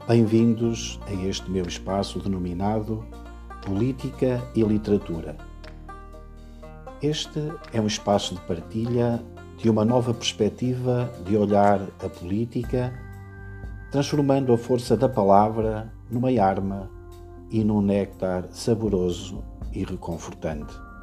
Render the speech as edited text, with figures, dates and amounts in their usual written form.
Bem-vindos a este meu espaço denominado Política e Literatura. Este é um espaço de partilha de uma nova perspectiva de olhar a política, transformando a força da palavra numa arma e num néctar saboroso e reconfortante.